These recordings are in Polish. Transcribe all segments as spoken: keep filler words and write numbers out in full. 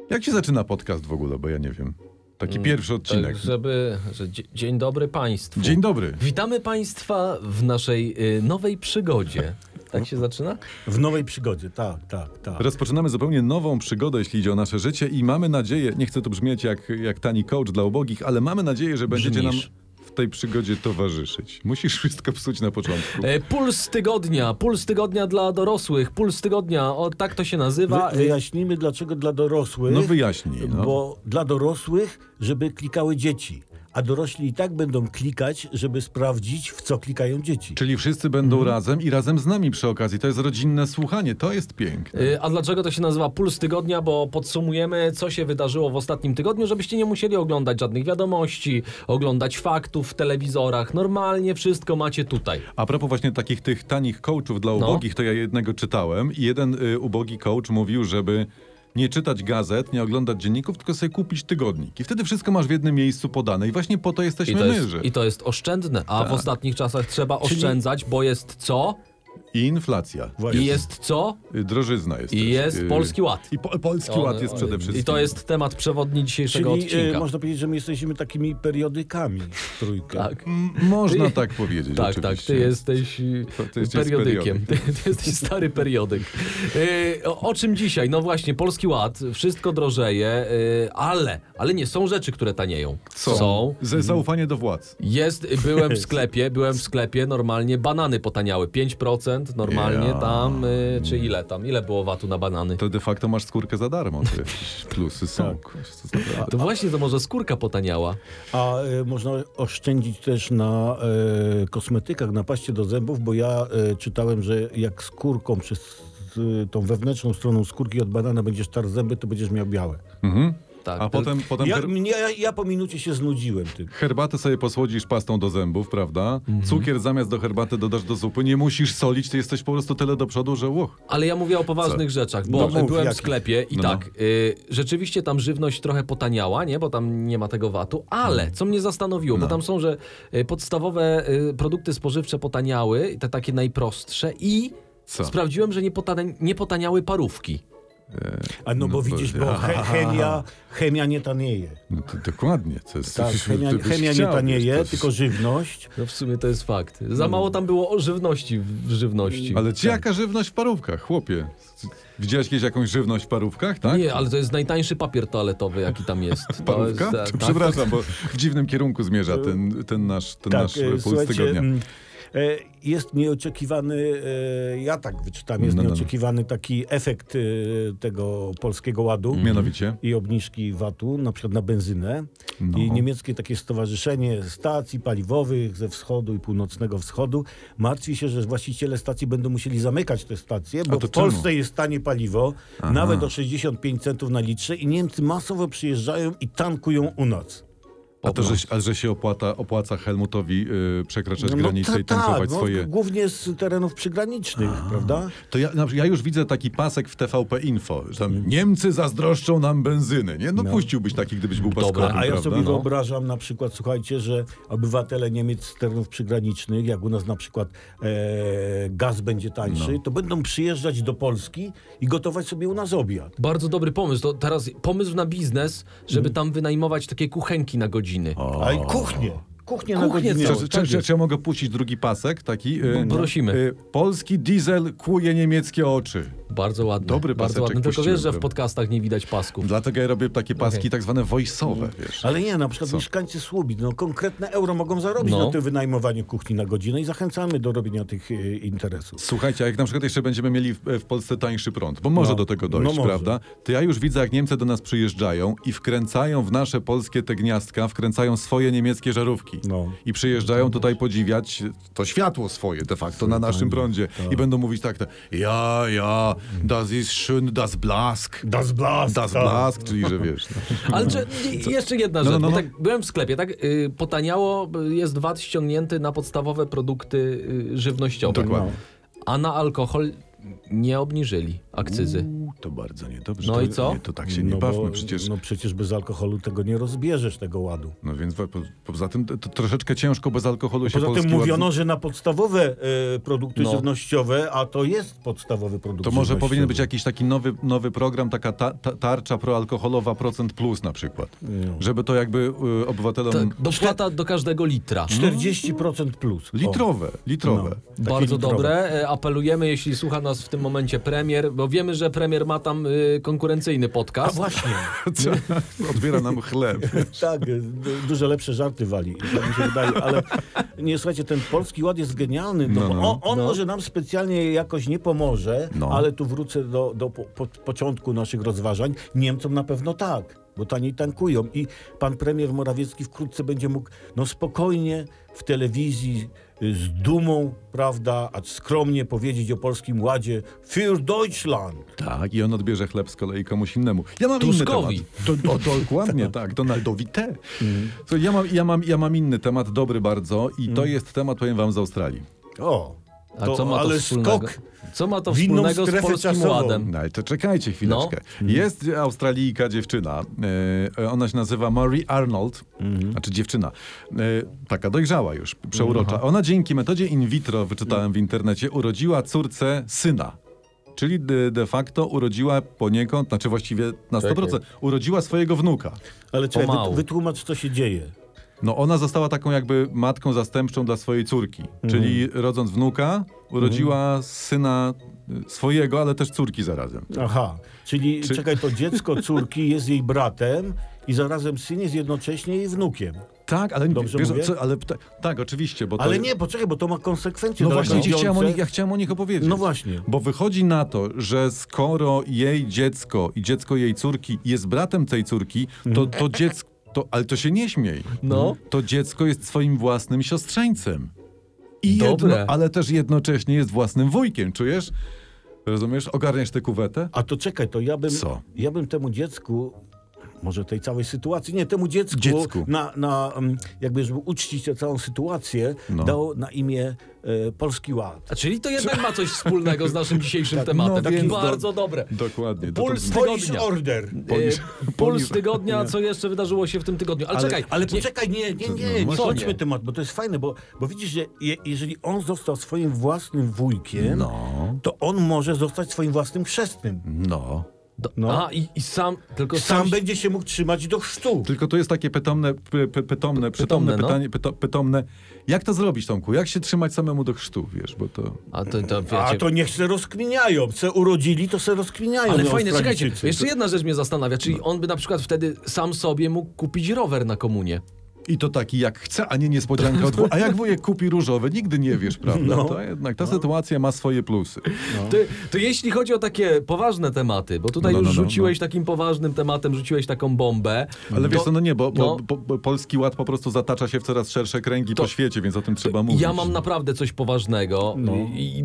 Jak się zaczyna podcast w ogóle, bo ja nie wiem. Taki pierwszy odcinek. Tak, żeby, że dzie- dzień dobry Państwu. Dzień dobry. Witamy Państwa w naszej y, nowej przygodzie. Tak się zaczyna? W nowej przygodzie, tak, tak, tak. Rozpoczynamy zupełnie nową przygodę, jeśli idzie o nasze życie i mamy nadzieję, nie chcę tu brzmieć jak, jak tani coach dla ubogich, ale mamy nadzieję, że będziecie nam Brzmisz. w tej przygodzie towarzyszyć. Musisz wszystko psuć na początku. E, puls tygodnia, puls tygodnia dla dorosłych, puls tygodnia, o, tak to się nazywa. Wy, wyjaśnijmy, dlaczego dla dorosłych. No wyjaśnij. No. Bo dla dorosłych, żeby klikały dzieci. A dorośli i tak będą klikać, żeby sprawdzić, w co klikają dzieci. Czyli wszyscy będą razem i razem z nami przy okazji. To jest rodzinne słuchanie, to jest piękne. Y, A dlaczego to się nazywa Puls Tygodnia? Bo podsumujemy, co się wydarzyło w ostatnim tygodniu, żebyście nie musieli oglądać żadnych wiadomości, oglądać faktów w telewizorach. Normalnie wszystko macie tutaj. A propos właśnie takich tych tanich coachów dla No. ubogich, to ja jednego czytałem i jeden y, ubogi coach mówił, żeby nie czytać gazet, nie oglądać dzienników, tylko sobie kupić tygodnik. I wtedy wszystko masz w jednym miejscu podane. I właśnie po to I jesteśmy to my, jest, że... i to jest oszczędne. A Tak. w ostatnich czasach trzeba Czyli- oszczędzać, bo jest co? I inflacja. Właśnie. I jest co? Y, Drożyzna jest I też. jest Y, Polski Ład. I po, Polski On- Ład jest on- przede wszystkim. I to jest temat przewodni dzisiejszego Czyli odcinka. e, można powiedzieć, że my jesteśmy takimi periodykami w trójkę. Tak. M- Można Ty- tak powiedzieć, Tak, tak, oczywiście. ty jesteś y, To- ty jesteś periodykiem. Ty, periodyk. ty jesteś stary periodyk. Y, o, o czym dzisiaj? No właśnie, Polski Ład, wszystko drożeje, y, ale, ale nie, są rzeczy, które tanieją. Są. Z, zaufanie do władz. Jest, byłem w sklepie, byłem w sklepie, normalnie banany potaniały, pięć procent normalnie Ja. tam, y, czy ile tam, ile było watu na banany? To de facto masz skórkę za darmo. To jakieś plusy są. Tak. Co za prawda. To właśnie, to może skórka potaniała. A e, można oszczędzić też na e, kosmetykach, na paście do zębów, bo ja e, czytałem, że jak skórką przez e, tą wewnętrzną stroną skórki od banana będziesz tarł zęby, to będziesz miał białe. Mhm. Tak, A to- potem, potem Ja, her- mnie, ja, ja po minucie się znudziłem tym. herbatę sobie posłodzisz pastą do zębów, prawda? Cukier zamiast do herbaty dodasz do zupy. Nie musisz solić, ty jesteś po prostu tyle do przodu, że łoch. Ale ja mówię o poważnych rzeczach, bo No mów, byłem w jakich? sklepie i No, tak, y, rzeczywiście tam żywność trochę potaniała, nie, bo tam nie ma tego watu, ale co mnie zastanowiło, No. bo tam są, że y, podstawowe y, produkty spożywcze potaniały, te takie najprostsze i Co? sprawdziłem, że nie, potania, nie potaniały parówki. A no, No bo to- widzisz, bo he, chemia, chemia nie tanieje. No to dokładnie. To jest, Tak, ty chemia, byś chemia nie chciał, tanieje, wiesz, to- tylko żywność. No w sumie to jest fakt. Za mało tam było o żywności w żywności. Ale czy jaka żywność w parówkach, chłopie? Widziałeś kiedyś jakąś żywność w parówkach, tak? Nie, ale to jest najtańszy papier toaletowy, jaki tam jest. To Parówka? jest, Czy- tak, Przepraszam, bo w dziwnym kierunku zmierza ten, ten nasz, ten Tak, nasz e, e, puls słuchajcie, tygodnia. mm, e, jest nieoczekiwany, e, ja tak wyczytałem, jest No, no, no. nieoczekiwany taki efekt e, tego Polskiego Ładu Mianowicie? i obniżki vatu, na przykład na benzynę. No. I niemieckie takie stowarzyszenie stacji paliwowych ze wschodu i północnego wschodu martwi się, że właściciele stacji będą musieli zamykać te stacje, bo to w czemu? Polsce jest tanie paliwo, Aha. nawet o sześćdziesiąt pięć centów na litrze i Niemcy masowo przyjeżdżają i tankują u nas. A to, że, a że się opłata, opłaca Helmutowi y, przekraczać No granicę ta- i tankować tak, no, swoje... głównie z terenów przygranicznych, prawda? To ja, na przykład, ja już widzę taki pasek w T V P Info, że Mm. tam Niemcy zazdroszczą nam benzyny, nie? No, puściłbyś taki, gdybyś był Dobra, paskudny, A ja prawda? sobie No. wyobrażam na przykład, słuchajcie, że obywatele Niemiec z terenów przygranicznych, jak u nas na przykład e, gaz będzie tańszy, No. to będą przyjeżdżać do Polski i gotować sobie u nas obiad. Bardzo dobry pomysł. To teraz pomysł na biznes, żeby tam wynajmować takie kuchenki na godziny. A i kuchnię. Kuchnię na Kuchnię godzinę. całą. Czy, tak czy, czy, jest. czy ja mogę puścić drugi pasek taki? Y, No, prosimy. y, polski diesel kłuje niemieckie oczy. Bardzo ładny. Dobry bardzo paseczek ładny. Tylko puściłem, wiesz, że w prawda? podcastach nie widać pasków. Dlatego ja robię takie paski Okej. tak zwane voice'owe, wiesz. Ale nie, na przykład Co? mieszkańcy Słubic, no konkretne euro mogą zarobić No. na tym wynajmowaniu kuchni na godzinę i zachęcamy do robienia tych e, interesów. Słuchajcie, a jak na przykład jeszcze będziemy mieli w, w Polsce tańszy prąd, bo może No. do tego dojść, No może. prawda? To ja już widzę, jak Niemcy do nas przyjeżdżają i wkręcają w nasze polskie te gniazdka, wkręcają swoje niemieckie żarówki. No. I przyjeżdżają tutaj podziwiać to światło swoje de facto na naszym prądzie. I będą mówić tak, te, ja, ja, das ist schön, das Blask. Das Blask. Das tak. Blask, czyli że wiesz. No. Ale czy, i- jeszcze jedna No, rzecz, no, no, bo no. tak byłem w sklepie, tak y, potaniało, y, jest V A T ściągnięty na podstawowe produkty y, żywnościowe. Dokładnie. A na alkohol nie obniżyli akcyzy. To bardzo niedobrze. No to, i co? Nie, to tak się nie No bawmy bo- przecież. No przecież bez alkoholu tego nie rozbierzesz, tego ładu. No więc po, po, poza tym to, to troszeczkę ciężko bez alkoholu się Poza tym polski mówiono, ład... że na podstawowe e, produkty No. żywnościowe, a to jest podstawowy produkt To może żywnościowy. powinien być jakiś taki nowy, nowy program, taka ta, ta, tarcza proalkoholowa procent plus na przykład. No. Żeby to jakby y, obywatelom... Tak, dopłata do każdego litra. czterdzieści procent plus. O. Litrowe, litrowe. No. Takie Bardzo litrowe. dobre. E, Apelujemy, jeśli słucha nas w tym momencie premier, bo wiemy, że premier ma tam y, konkurencyjny A podcast. właśnie. Co? Odbiera nam chleb. Tak, du- dużo lepsze żarty wali, tak mi się wydaje, ale nie, słuchajcie, ten Polski Ład jest genialny, no, No, bo no. on, on No. może nam specjalnie jakoś nie pomoże, No. ale tu wrócę do, do po, po, początku naszych rozważań. Niemcom na pewno tak, bo taniej tankują i pan premier Morawiecki wkrótce będzie mógł no spokojnie w telewizji y, z dumą, prawda, a skromnie powiedzieć o Polskim Ładzie für Deutschland. Tak, i on odbierze chleb z kolei komuś innemu. Ja mam Tuskowi. inny temat. To, o, dokładnie tak, Donaldowi T. Słuchaj, ja, mam, ja, mam, ja mam inny temat, dobry bardzo i to jest temat, powiem wam, z Australii. O, A to, co ma to ale wspólnego? skok. Co ma to w inną wspólnego z strefę Polskim czasową. Ładem? No ale to czekajcie chwileczkę. Jest Australijka dziewczyna, e, ona się nazywa Marie Arnold, znaczy dziewczyna, e, taka dojrzała już, przeurocza. Ona dzięki metodzie in vitro, wyczytałem w internecie, urodziła córce syna. Czyli de, de facto urodziła poniekąd, znaczy właściwie na sto procent, urodziła swojego wnuka. Ale czekaj, Pomału. wy, wytłumacz, co się dzieje. No ona została taką jakby matką zastępczą dla swojej córki. Czyli rodząc wnuka, urodziła syna y, swojego, ale też córki zarazem. Aha, czyli Czy- czekaj, to dziecko córki jest jej bratem i zarazem syn jest jednocześnie jej wnukiem. Tak, ale Dobrze wiesz, mówię? co, ale ta, tak, oczywiście, bo to Ale nie, poczekaj, bo to ma konsekwencje No daleko właśnie, ci chciałem o idące. nich, ja chciałem o nich opowiedzieć. No właśnie. Bo wychodzi na to, że skoro jej dziecko i dziecko jej córki jest bratem tej córki, to, to dziecko, to, ale to się nie śmiej. No. To dziecko jest swoim własnym siostrzeńcem. I Dobre. jedno, ale też jednocześnie jest własnym wujkiem, czujesz? Rozumiesz? Ogarniasz tę kuwetę? A to czekaj, to ja bym, Co? ja bym temu dziecku, może tej całej sytuacji, nie, temu dziecku, Dziecku. na, na mm, jakby, żeby uczcić tę całą sytuację, No. dał na imię e, Polski Ład. A czyli to jednak ma coś wspólnego z naszym dzisiejszym tematem. no więc Bardzo dobre. Dokładnie. To, Puls to, Polish tygodnia. Order. Polish- E, Puls tygodnia, co jeszcze wydarzyło się w tym tygodniu. Ale, Ale- czekaj, Ale nie- poczekaj, nie, nie, To- nie, no nie właśnie. kończmy temat, bo to jest fajne, bo, bo widzisz, że je, jeżeli on został swoim własnym wujkiem, no, to on może zostać swoim własnym chrzestnym. no. Do, No. A, i, i sam, tylko Sam sam, będzie się mógł trzymać do chrztu. Tylko to jest takie pytomne, py, py, pytomne, przytomne no. pytanie, pyto, pytomne. Jak to zrobić, Tomku? Jak się trzymać samemu do chrztu, wiesz, bo to... A to, to wiecie. A to niech se rozkminiają. Se urodzili, to se rozkminiają. Ale no, fajne, czekajcie, Australijczycy. jeszcze jedna rzecz mnie zastanawia, No. czyli on by na przykład wtedy sam sobie mógł kupić rower na komunię. I to taki jak chce, a nie niespodzianka od wuj- A jak wujek kupi różowy, nigdy nie wiesz, prawda? No. To jednak ta sytuacja ma swoje plusy. To, to jeśli chodzi o takie poważne tematy, bo tutaj No, no, już no, no, rzuciłeś takim poważnym tematem, rzuciłeś taką bombę. Ale wiesz to- co, no nie, bo, bo, no. bo, bo Polski Ład po prostu zatacza się w coraz szersze kręgi To- po świecie, więc o tym trzeba mówić. Ja mam naprawdę coś poważnego No. i,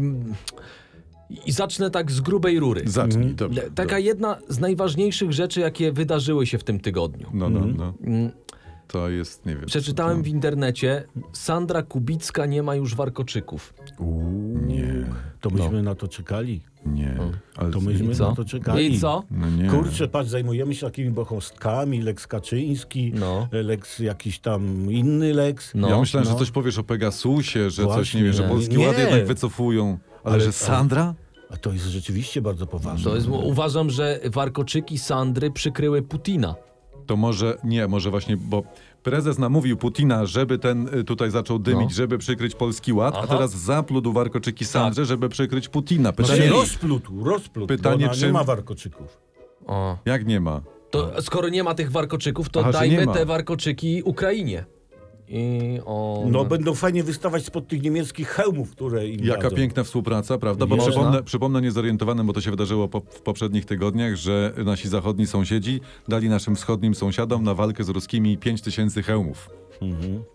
i, i zacznę tak z grubej rury. Zacznij, dobrze. Taka jedna z najważniejszych rzeczy, jakie wydarzyły się w tym tygodniu. No, no, no. Mm, To jest, nie wiem. Przeczytałem w internecie, Sandra Kubicka nie ma już warkoczyków. Nie, To myśmy na to czekali. nie. Ale To myśmy I co? na to czekali. I co? No nie. Kurczę, patrz, zajmujemy się takimi bohostkami, Lex Kaczyński, No. Lex jakiś tam inny Lex. No. Ja myślałem, no. że coś powiesz o Pegasusie, że coś, Właśnie. nie wiem, że Polski Nie. Ład jednak wycofują. Ale, Ale- że Sandra? A to jest rzeczywiście bardzo poważne. To jest, uważam, że warkoczyki Sandry przykryły Putina. To może, nie, może właśnie, bo prezes namówił Putina, żeby ten y, tutaj zaczął dymić, No. żeby przykryć Polski Ład, a Aha. teraz zaplódł warkoczyki Sandrze, żeby przykryć Putina. Znaczy, Pytanie, rozplótł, rozplótł, Pytanie, bo ona czym- nie ma warkoczyków. O. jak nie ma? To skoro nie ma tych warkoczyków, to Aha, że dajmy nie ma. te warkoczyki Ukrainie. I on... No będą fajnie wystawać spod tych niemieckich hełmów, które im Jaka dadzą. piękna współpraca, prawda? Bo Można. przypomnę, przypomnę niezorientowanym, bo to się wydarzyło po, w poprzednich tygodniach, że nasi zachodni sąsiedzi dali naszym wschodnim sąsiadom na walkę z ruskimi pięć tysięcy hełmów. Mhm.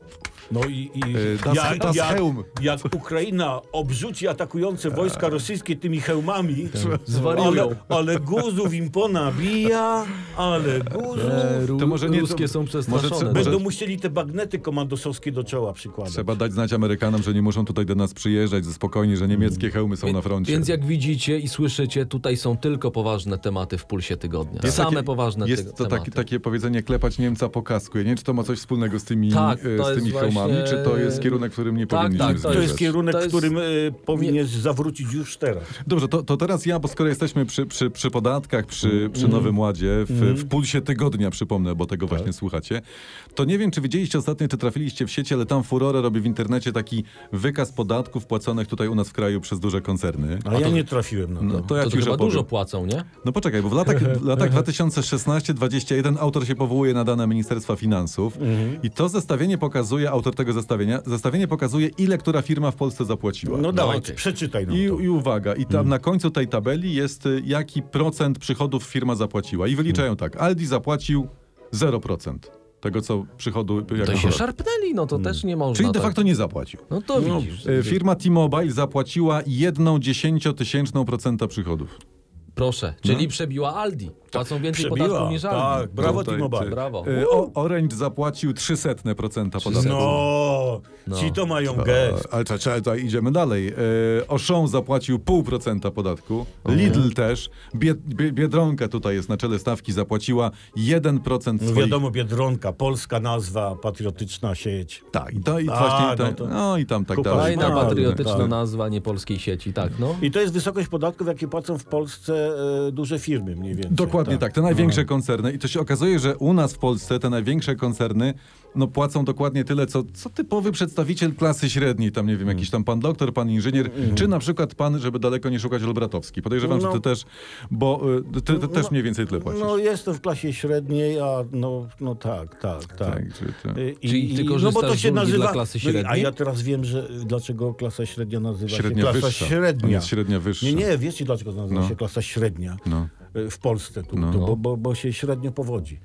No i, i E, das- jak, das jak, Heum. jak Ukraina obrzuci atakujące wojska rosyjskie tymi hełmami, Zwariują. ale, ale guzów im ponabija, ale guzów. E, ru- To może nie- ruskie to- są może przestraszone. trzeba- Będą może- musieli te bagnety komandosowskie do czoła przykładać. Trzeba dać znać Amerykanom, że nie muszą tutaj do nas przyjeżdżać, że spokojnie, że niemieckie hełmy są na froncie. Więc jak widzicie i słyszycie, tutaj są tylko poważne tematy w Pulsie Tygodnia. Jest Same takie- poważne Jest ty- to tematy. takie, takie powiedzenie klepać Niemca po kasku. Ja nie wiem, czy to ma coś wspólnego z tymi, Tak, e, to z jest tymi właśnie- hełmami, czy to jest kierunek, w którym nie Tak, powinniśmy tak, to To zmierzać. jest kierunek, To jest- w którym y, powinien zawrócić już teraz. Dobrze, to, to teraz ja, bo skoro jesteśmy przy, przy, przy podatkach, przy, Mm. przy Nowym Ładzie, w, w Pulsie Tygodnia, przypomnę, bo tego Tak. właśnie słuchacie, to nie wiem, czy widzieliście ostatnio, czy trafiliście w sieci, ale tam furorę robi w internecie taki wykaz podatków płaconych tutaj u nas w kraju przez duże koncerny. A, ja nie trafiłem na to. No, to ja To, ci to już chyba opowiem. dużo płacą, nie? No poczekaj, bo w latach, latach dwa tysiące szesnasty dwadzieścia jeden autor się powołuje na dane Ministerstwa Finansów i to zestawienie pokazuje, autor tego zestawienia, zestawienie pokazuje, ile która firma w Polsce zapłaciła. No dawaj, okej. przeczytaj nam I, to. I uwaga, i tam na końcu tej tabeli jest y, jaki procent przychodów firma zapłaciła. I wyliczają tak, Aldi zapłacił zero procent tego, co przychodu jako To się produkt. szarpnęli, no to też nie można. Czyli de tak. facto nie zapłacił. No to No, widzisz. Y, Firma T-Mobile zapłaciła jedną dziesięciotysięczną procenta przychodów. Proszę, czyli przebiła Aldi. Płacą więcej Przebiła, podatków niż Aldi. tak, brawo Tutaj, T-Mobile. ty- Brawo. Y, O, Orange zapłacił trzysta procent podatku. No, No. ci to mają E, gest. Ale czekaj, czekaj, czekaj, idziemy dalej. E, Auchan zapłacił pół procenta podatku. Lidl też. Bied, Bie- Biedronka tutaj jest na czele stawki, zapłaciła jeden procent No swoich... wiadomo, Biedronka, polska nazwa, patriotyczna sieć. Tak, i, to, i A, właśnie... no ta, to- no i tam tak Kupa dalej. Fajna, No, patriotyczna tak. nazwa niepolskiej sieci, tak, no. I to jest wysokość podatków, jakie płacą w Polsce e, duże firmy mniej więcej. Dokładnie tak, te największe koncerny. I to się okazuje, że u nas w Polsce te największe koncerny no, płacą dokładnie tyle, co, co typowy przedstawiciel klasy średniej. Tam, nie wiem, jakiś tam pan doktor, pan inżynier, czy na przykład pan, żeby daleko nie szukać, Olbratowski. Podejrzewam, No. że ty też, bo y, ty, ty też mniej więcej tyle płacisz. No jestem w klasie średniej, a no, no tak, tak, tak. Tak, czy to... Y, I, Czyli ty i- korzystasz no bo to z się ulgi nazywa. dla klasy no i- A średniej? ja teraz wiem, że dlaczego klasa średnia nazywa Średnia się klasa wyższa. średnia. Jest średnia wyższa. Nie, nie, wiecie dlaczego nazywa No. się klasa średnia No. y, w Polsce, tu, No. tu, bo, bo, bo się średnio powodzi.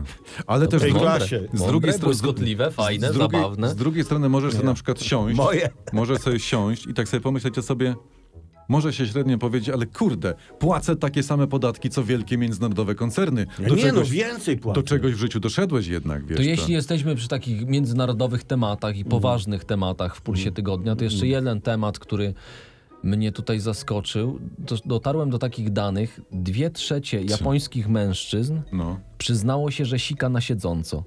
Ale też tej z, klasie. Mądre, z mądre, drugiej strony... błyskotliwe, fajne, z drugiej, zabawne. Z drugiej strony możesz sobie na przykład siąść, Moje. możesz sobie siąść i tak sobie pomyśleć o sobie, może się średnio powiedzieć, ale kurde, płacę takie same podatki, co wielkie międzynarodowe koncerny. Ja Do nie czegoś, no, więcej płacę. do czegoś w życiu doszedłeś jednak, wiesz. To to- jeśli jesteśmy przy takich międzynarodowych tematach i poważnych tematach w Pulsie Tygodnia, to jeszcze jeden temat, który mnie tutaj zaskoczył. Do- Dotarłem do takich danych. Dwie trzecie japońskich mężczyzn No, przyznało się, że sika na siedząco.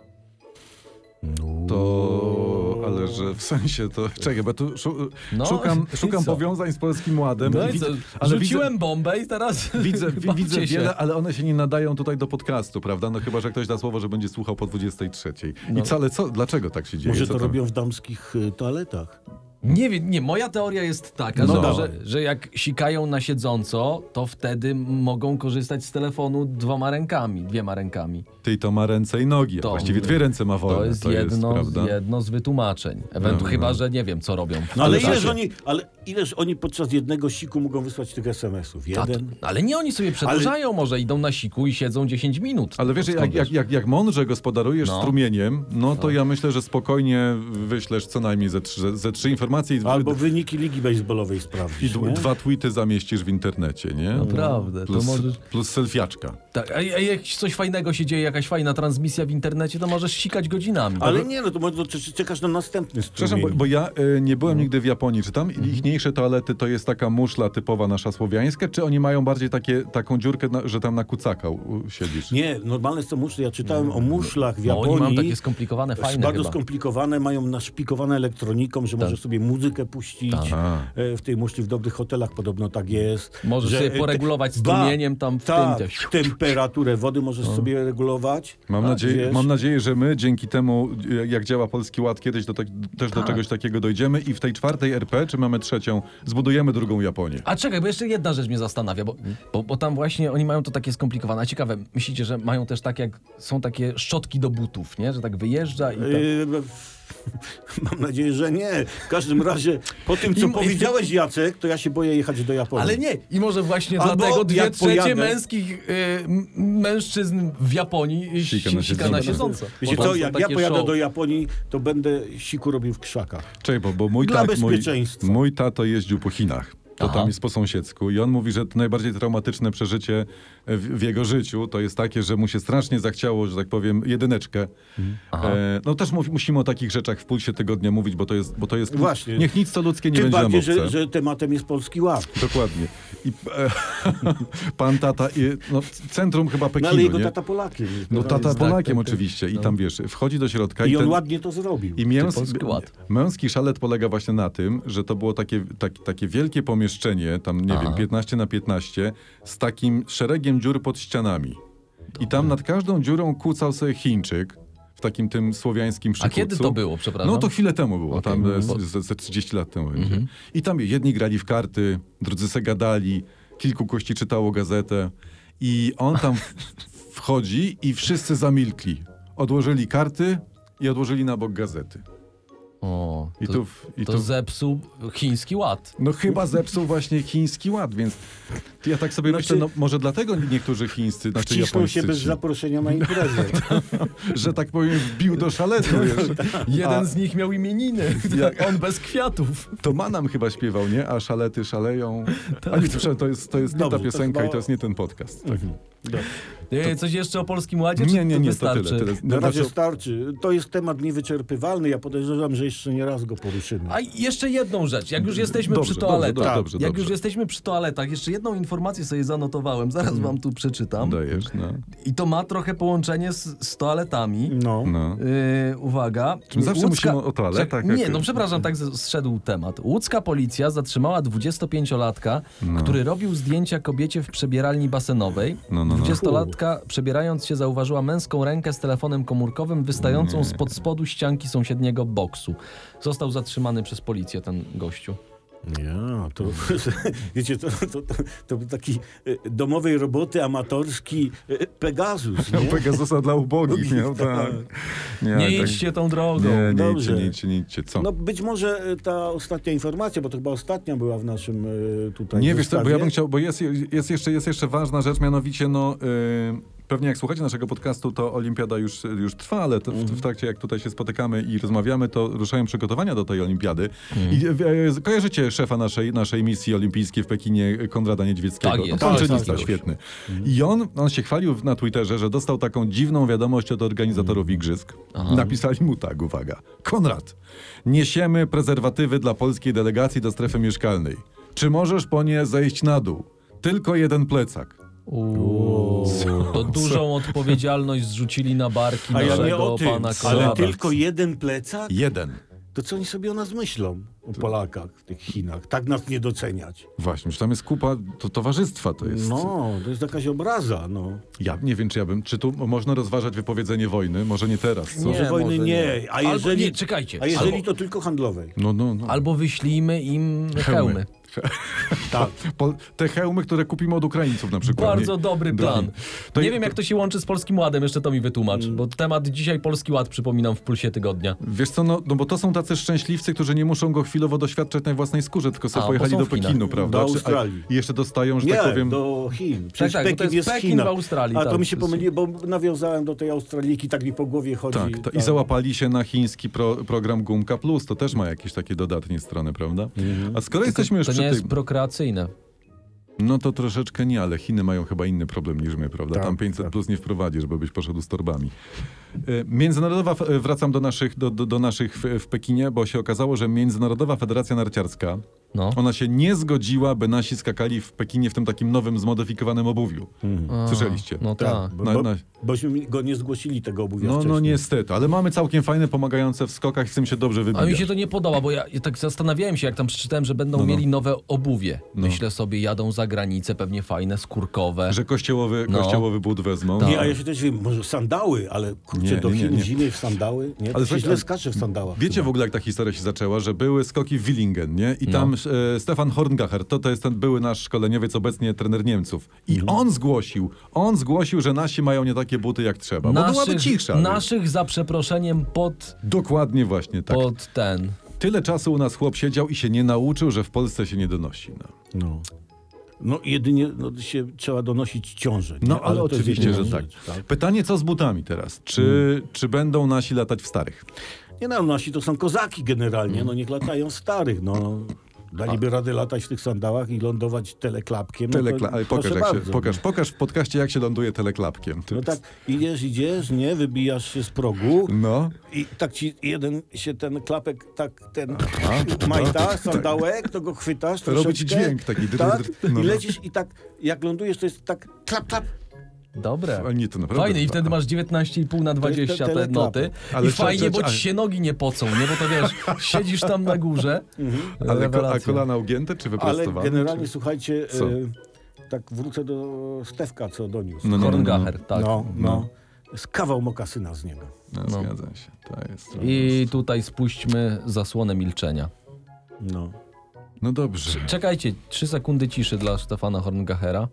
to... ale że w sensie to... Czekaj, bo tu szu, No, szukam, i szukam co? powiązań z Polskim Ładem. No i i widzę, co, ale rzuciłem bombę i teraz Widzę, wi- bawcie widzę się. wiele, ale one się nie nadają tutaj do podcastu, prawda? No chyba, że ktoś da słowo, że będzie słuchał po dwudziestej trzeciej. I co, ale co, dlaczego tak się dzieje? Może Co to tam? robią w damskich y, toaletach. Nie wiem, nie, moja teoria jest taka, No że, dawaj. że, że jak sikają na siedząco, to wtedy mogą korzystać z telefonu dwoma rękami, dwiema rękami. Ty to ma ręce i nogi, a To- właściwie dwie ręce ma wolne. To jest, jedno, prawda? jedno z wytłumaczeń. Ewentualnie No, chyba, no. że nie wiem, co robią. w No ale tym ileż, czasie. oni, ale ileż oni podczas jednego siku mogą wysłać tych es em esów? A to, Jeden? ale nie, oni sobie przedłużają, może idą na siku i siedzą dziesięć minut. Ale wiesz, Skąd jak, jak, jak, jak mądrze gospodarujesz No. strumieniem, no to ja myślę, że spokojnie wyślesz co najmniej ze trzy, ze trzy informacje i, Albo wyniki ligi baseballowej i sprawdzić, d- nie? dwa tweety zamieścisz w internecie, nie? Naprawdę, to Plus, możesz... plus selfiaczka. Tak, a, a jak coś fajnego się dzieje, jakaś fajna transmisja w internecie, to możesz sikać godzinami. Ale nie, no to może to czy- czekasz na następny Przepraszam, bo, strumień. bo ja y, nie No. byłem nigdy w Japonii. Czy tam Mhm. ichniejsze toalety to jest taka muszla typowa nasza słowiańska, czy oni mają bardziej takie, taką dziurkę, na, że tam na kucaka u- siedzisz? Nie, normalne są muszle. Ja czytałem o muszlach w No, Japonii. oni mają takie skomplikowane, fajne bardzo chyba. skomplikowane, mają naszpikowane elektroniką, że możesz sobie muzykę puścić Aha. e, w tej muszli. W dobrych hotelach podobno tak jest. Możesz że, sobie e, poregulować te- strumieniem tam w tak, tym. temperaturę wody możesz sobie regulować. Mam, A, nadzieję, wiesz? mam nadzieję, że my dzięki temu, y, jak działa Polski Ład, kiedyś do tak, też do Tak. czegoś takiego dojdziemy i w tej czwartej er pe, czy mamy trzecią, zbudujemy drugą Japonię. A czekaj, bo jeszcze jedna rzecz mnie zastanawia, bo, bo, bo tam właśnie oni mają to takie skomplikowane. A ciekawe, myślicie, że mają też tak jak są takie szczotki do butów, nie? Że tak wyjeżdża i tak... Yy, Mam nadzieję, że nie. W każdym każdym razie, po tym, co I- powiedziałeś, Jacek, to ja się boję jechać do Japonii. Ale nie, i może właśnie Albo dlatego dwie jak trzecie pojadę- męskich y, m- mężczyzn w Japonii Sika si- na sika na siedząco. siedząco. Wiecie Bo co, tam są jak ja takie pojadę show. do Japonii, to będę siku robił w krzakach. Czekaj, bo, bo mój, Dla tak, mój, bezpieczeństwa. mój tato jeździł po Chinach. To Aha. tam jest po sąsiedzku i on mówi, że to najbardziej traumatyczne przeżycie w, w jego życiu to jest takie, że mu się strasznie zachciało, że tak powiem, jedyneczkę. Aha. E, no też mów, musimy o takich rzeczach w Pulsie Tygodnia mówić, bo to jest, bo to jest Właśnie. niech nic co ludzkie nie Tym będzie nam bardziej, obce. że, że tematem jest Polski Ład. Dokładnie. I e, pan tata, i, no, centrum chyba No Pekinu, ale jego nie? tata Polakiem. No To tata jest- Polakiem tak, tak. oczywiście. I No. tam wiesz, wchodzi do środka I i, on ten, ładnie to zrobił. i mięs, Polski ład. męski szalet polega właśnie na tym, że to było takie, tak, takie wielkie pomieszczenie, tam nie Aha. wiem, piętnaście na piętnaście, z takim szeregiem dziur pod ścianami. I tam nad każdą dziurą kucał sobie Chińczyk w takim tym słowiańskim A przykucu. kiedy to było, przepraszam? No to chwilę temu było, Okej, tam e, bo- z- ze, ze trzydzieści lat temu będzie. I tam jedni grali w karty, drudzy se gadali, kilku kości czytało gazetę i on tam w- wchodzi i wszyscy zamilkli. Odłożyli karty i odłożyli na bok gazety. O, I to, tu, w- i to tu zepsuł chiński ład. no chyba zepsuł właśnie chiński ład, więc ja tak sobie Znaczy- myślę, no może dlatego niektórzy chińscy, znaczy Wcisnął japońscy, się bez ci, zaproszenia na imprezę. że tak powiem wbił do szaletu, wiesz. Jeden A- z nich miał imieniny, Jak- on bez kwiatów. To Manam chyba śpiewał, nie? A szalety szaleją. A nie, przepraszam, to jest, to jest nie Dobrze, ta to piosenka chyba- i to jest nie ten podcast. Tak. Dobrze. Nie, coś jeszcze o Polskim Ładzie? Czy Nie, nie, to nie, to wystarczy? tyle. tyle. Na razie Znaczy, starczy. To jest temat niewyczerpywalny. Ja podejrzewam, że jeszcze nie raz go poruszymy. A jeszcze jedną rzecz, jak już jesteśmy Dobrze, przy dobrze, toaletach, dobrze, dobrze, jak dobrze. już jesteśmy przy toaletach, jeszcze jedną informację sobie zanotowałem, zaraz wam tu przeczytam. dajesz, no. I to ma trochę połączenie z, z toaletami. No. no. Yy, uwaga. Czy my zawsze musimy o toaletach? Czek- Nie, Jak- no przepraszam, tak z- zszedł temat. Łódzka policja zatrzymała dwudziestopięciolatka, No. który robił zdjęcia kobiecie w przebieralni basenowej. No, no, no. Dwudziestolatka przebierając się zauważyła męską rękę z telefonem komórkowym wystającą spod spodu ścianki sąsiedniego boksu. Został zatrzymany przez policję ten gościu. Ja, to wiecie, to, to, to, to był taki e, domowej roboty amatorski e, Pegasus, Miał nie? Pegasusa dla ubogich, miał tak. Nie tak. idźcie tą drogą. Nie, nie idźcie, Dobrze. nie idźcie, nie idźcie. Co? No być może e, ta ostatnia informacja, bo to chyba ostatnia była w naszym e, tutaj Nie wiesz co, bo ja zestawie. bym chciał, bo jest, jest, jeszcze, jest jeszcze ważna rzecz, mianowicie no... Yy, pewnie jak słuchacie naszego podcastu, to Olimpiada już, już trwa, ale to w, w trakcie jak tutaj się spotykamy i rozmawiamy, to ruszają przygotowania do tej Olimpiady. I e, kojarzycie szefa naszej, naszej misji olimpijskiej w Pekinie, Konrada Niedźwieckiego. Tak jest. No, Tak, polczynista, tak, świetny. I on, on się chwalił na Twitterze, że dostał taką dziwną wiadomość od organizatorów igrzysk. Aha. Napisali mu tak, uwaga. Konrad, niesiemy prezerwatywy dla polskiej delegacji do strefy mieszkalnej. Czy możesz po nie zejść na dół? Tylko jeden plecak. Uuu, to dużą odpowiedzialność zrzucili na barki A ja naszego nie o tym, pana ale Konrada. tylko jeden plecak? Jeden. To co oni sobie o nas myślą, o Polakach w tych Chinach? Tak nas nie doceniać. Właśnie, że tam jest kupa to towarzystwa, to jest... No, to jest jakaś obraza, no. Ja nie wiem, czy ja bym... Czy tu można rozważać wypowiedzenie wojny? Może nie teraz, co? Nie, Może wojny może nie. nie. A Albo jeżeli, nie, czekajcie. a jeżeli Albo- to tylko handlowej? No, no, no. Albo wyślijmy im hełmy. Tak. Po, te hełmy, które kupimy od Ukraińców na przykład. Bardzo nie? dobry plan. To nie je- wiem, jak to się łączy z Polskim Ładem, jeszcze to mi wytłumacz, bo temat dzisiaj Polski Ład przypominam w Pulsie Tygodnia. Wiesz co, no, no bo to są tacy szczęśliwcy, którzy nie muszą go chwilowo doświadczać na własnej skórze, tylko sobie A, bo pojechali są do w Chinach. Pekinu, prawda? Do Czy- a- Australii. I jeszcze dostają, że Nie, tak powiem... do Chin. Przecież tak, bo to Pekin jest jest w Pekin Chinach. w Australii, A tak. to mi się pomyliło, bo nawiązałem do tej Australiki, tak mi po głowie chodzi. Tak, to, i Tak. załapali się na chiński pro, program Gumka Plus. To też ma jakieś takie dodatnie strony, prawda? A skoro jesteśmy już To przy nie tym... jest prokreacyjne. No to troszeczkę nie, ale Chiny mają chyba inny problem niż my, prawda? Tak, Tam pięćset tak. plus nie wprowadzisz, żeby byś poszedł z torbami. E, Międzynarodowa, f- wracam do naszych, do, do, do naszych w, w Pekinie, bo się okazało, że Międzynarodowa Federacja Narciarska, No. ona się nie zgodziła, by nasi skakali w Pekinie w tym takim nowym, zmodyfikowanym obuwiu. A, Słyszeliście? No tak. Tak, bo, Na- bo, na- bośmy go nie zgłosili tego obuwia No, wcześniej. no niestety, ale mamy całkiem fajne, pomagające w skokach i z tym się dobrze A wybijać. mi się to nie podoba, bo ja, ja tak zastanawiałem się, jak tam przeczytałem, że będą No, no. mieli nowe obuwie. No. Myślę sobie, jadą za granicę, pewnie fajne, skórkowe. Że kościołowy, No. kościołowy but wezmą. Tak. Nie, a ja się też wiem, może sandały, ale kurczę, Nie, do nie, nie, Chin nie. zimie w sandały? Nie, to Ale się słuchajcie, źle ale- skacze w sandałach. Wiecie chyba. w ogóle, jak ta historia się zaczęła, że były skoki w Willingen, nie? I No. tam e, Stefan Horngacher, to, to jest ten były nasz szkoleniowiec, obecnie trener Niemców. I Mhm. on zgłosił, on zgłosił, że nasi mają nie takie buty jak trzeba. Bo byłaby cisza. wiesz. naszych za przeproszeniem pod, Dokładnie właśnie tak. pod ten. Tyle czasu u nas chłop siedział i się nie nauczył, że w Polsce się nie donosi. No, No. No jedynie no, się trzeba donosić ciążę. Nie? no ale, to jest oczywiście, inna że tak. rzecz, tak. Pytanie, co z butami teraz? Czy, hmm. czy będą nasi latać w starych? Nie no, nasi to są kozaki generalnie, no niech latają w starych, no. Daliby radę latać w tych sandałach i lądować teleklapkiem. No Telekla- ale pokaż, jak bardzo, się, pokaż, pokaż w podcaście, jak się ląduje teleklapkiem. No tak, idziesz, idziesz, nie, wybijasz się z progu No. i tak ci jeden się ten klapek, tak ten Aha, majta, tak. sandałek, to go chwytasz. To robi ci troszeczkę, dźwięk taki. Tak, No, no. i lecisz i tak, jak lądujesz, to jest tak klap, klap. Dobre. Ale nie, to naprawdę. Fajne i wtedy masz dziewiętnaście i pół na dwadzieścia te teleklapy. noty. Ale I trzeba- fajnie, bo trzeba- ci się nogi nie pocą, nie? Bo to wiesz, siedzisz tam na górze. Ale ko- a Rewelacja. kolana ugięte czy Ale wyprostowane? generalnie, czy... słuchajcie, Co? e, tak wrócę do Stefka, co doniósł. No, no, no, no, no. Horngacher, tak. no, no. no. Z kawał mokasyna z niego. No, No. zgadzam się. To jest. I tutaj spuśćmy zasłonę milczenia. No. No dobrze. Czekajcie, trzy sekundy ciszy dla Stefana Horngachera.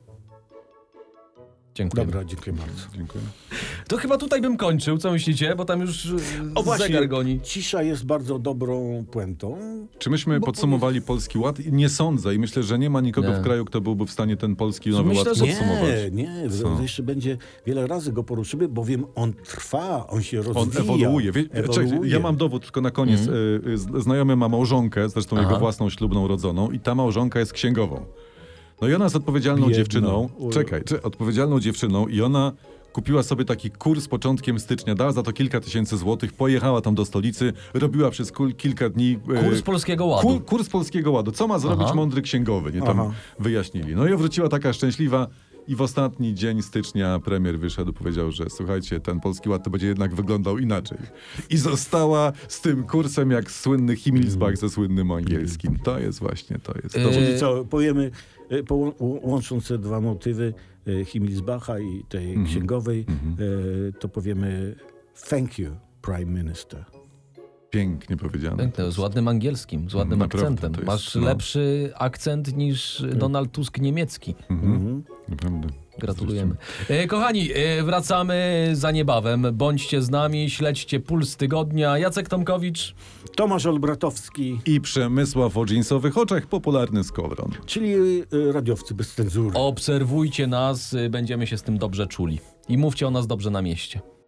Dziękuję. Dobra, dziękuję bardzo. Dziękuję. To chyba tutaj bym kończył, co myślicie? Bo tam już O e, właśnie, zegar goni. cisza jest bardzo dobrą puentą. Czy myśmy Bo- podsumowali Polski Ład? Nie sądzę i myślę, że nie ma nikogo Nie. w kraju, kto byłby w stanie ten Polski Nowy Myślę, Ład że- podsumować. Nie, nie, Co? jeszcze będzie, wiele razy go poruszymy, bowiem on trwa, on się rozwija. On ewoluuje. Wie, ewoluuje. Czekaj, ja mam dowód tylko na koniec. Mhm. Y, y, z- Znajomy ma małżonkę, zresztą Aha. jego własną ślubną rodzoną i ta małżonka jest księgową. No i ona jest odpowiedzialną Biedna. dziewczyną. U- Czekaj, czy, odpowiedzialną dziewczyną i ona kupiła sobie taki kurs początkiem stycznia, dała za to kilka tysięcy złotych, pojechała tam do stolicy, robiła przez kul, kilka dni... y, Kurs Polskiego Ładu. Kur, kurs Polskiego Ładu. Co ma zrobić Aha. mądry księgowy? Nie tam Aha. wyjaśnili. No i wróciła taka szczęśliwa i w ostatni dzień stycznia premier wyszedł, powiedział, że słuchajcie, ten Polski Ład to będzie jednak wyglądał inaczej. I została z tym kursem jak słynny Himmelsbach ze słynnym angielskim. To jest właśnie, to jest to. Y- Czyli co, powiemy, e, połą- łącząc te dwa motywy e, Himmelsbacha i tej Mhm. księgowej, e, to powiemy thank you, Prime Minister. Pięknie powiedziane. Piękne, z ładnym angielskim, z ładnym Naprawdę, akcentem. to jest, Masz no. lepszy akcent niż Donald Tusk niemiecki. Mhm. Mhm. Naprawdę. Gratulujemy. E, kochani, e, wracamy za niebawem. Bądźcie z nami, śledźcie Puls Tygodnia. Jacek Tomkowicz. Tomasz Olbratowski, I Przemysław o dżinsowych oczach, popularny skowron. czyli e, radiowcy bez cenzury. Obserwujcie nas, y, będziemy się z tym dobrze czuli. I mówcie o nas dobrze na mieście.